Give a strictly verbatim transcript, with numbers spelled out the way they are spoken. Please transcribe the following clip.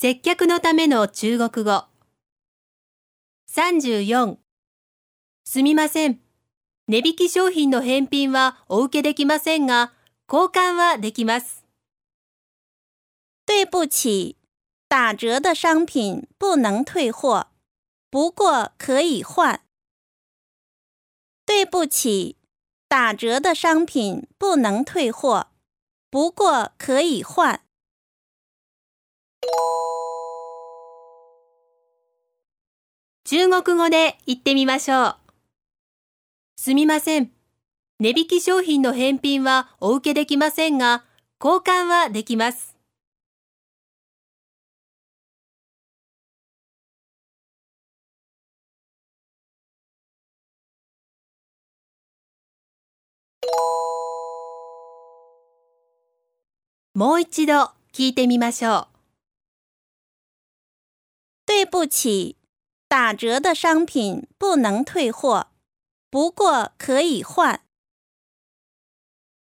接客のための中国語。さんじゅうよん。すみません。値引き商品の返品はお受けできませんが、交換はできます。 对不起，打折的商品不能退货，不过可以换。对不起，打折的商品不能退货，不过可以换。 中国語で言ってみましょう。すみません。値引き商品の返品はお受けできませんが、交換はできます。もう一度聞いてみましょう。 对不起，打折的商品不能退货，不过可以换。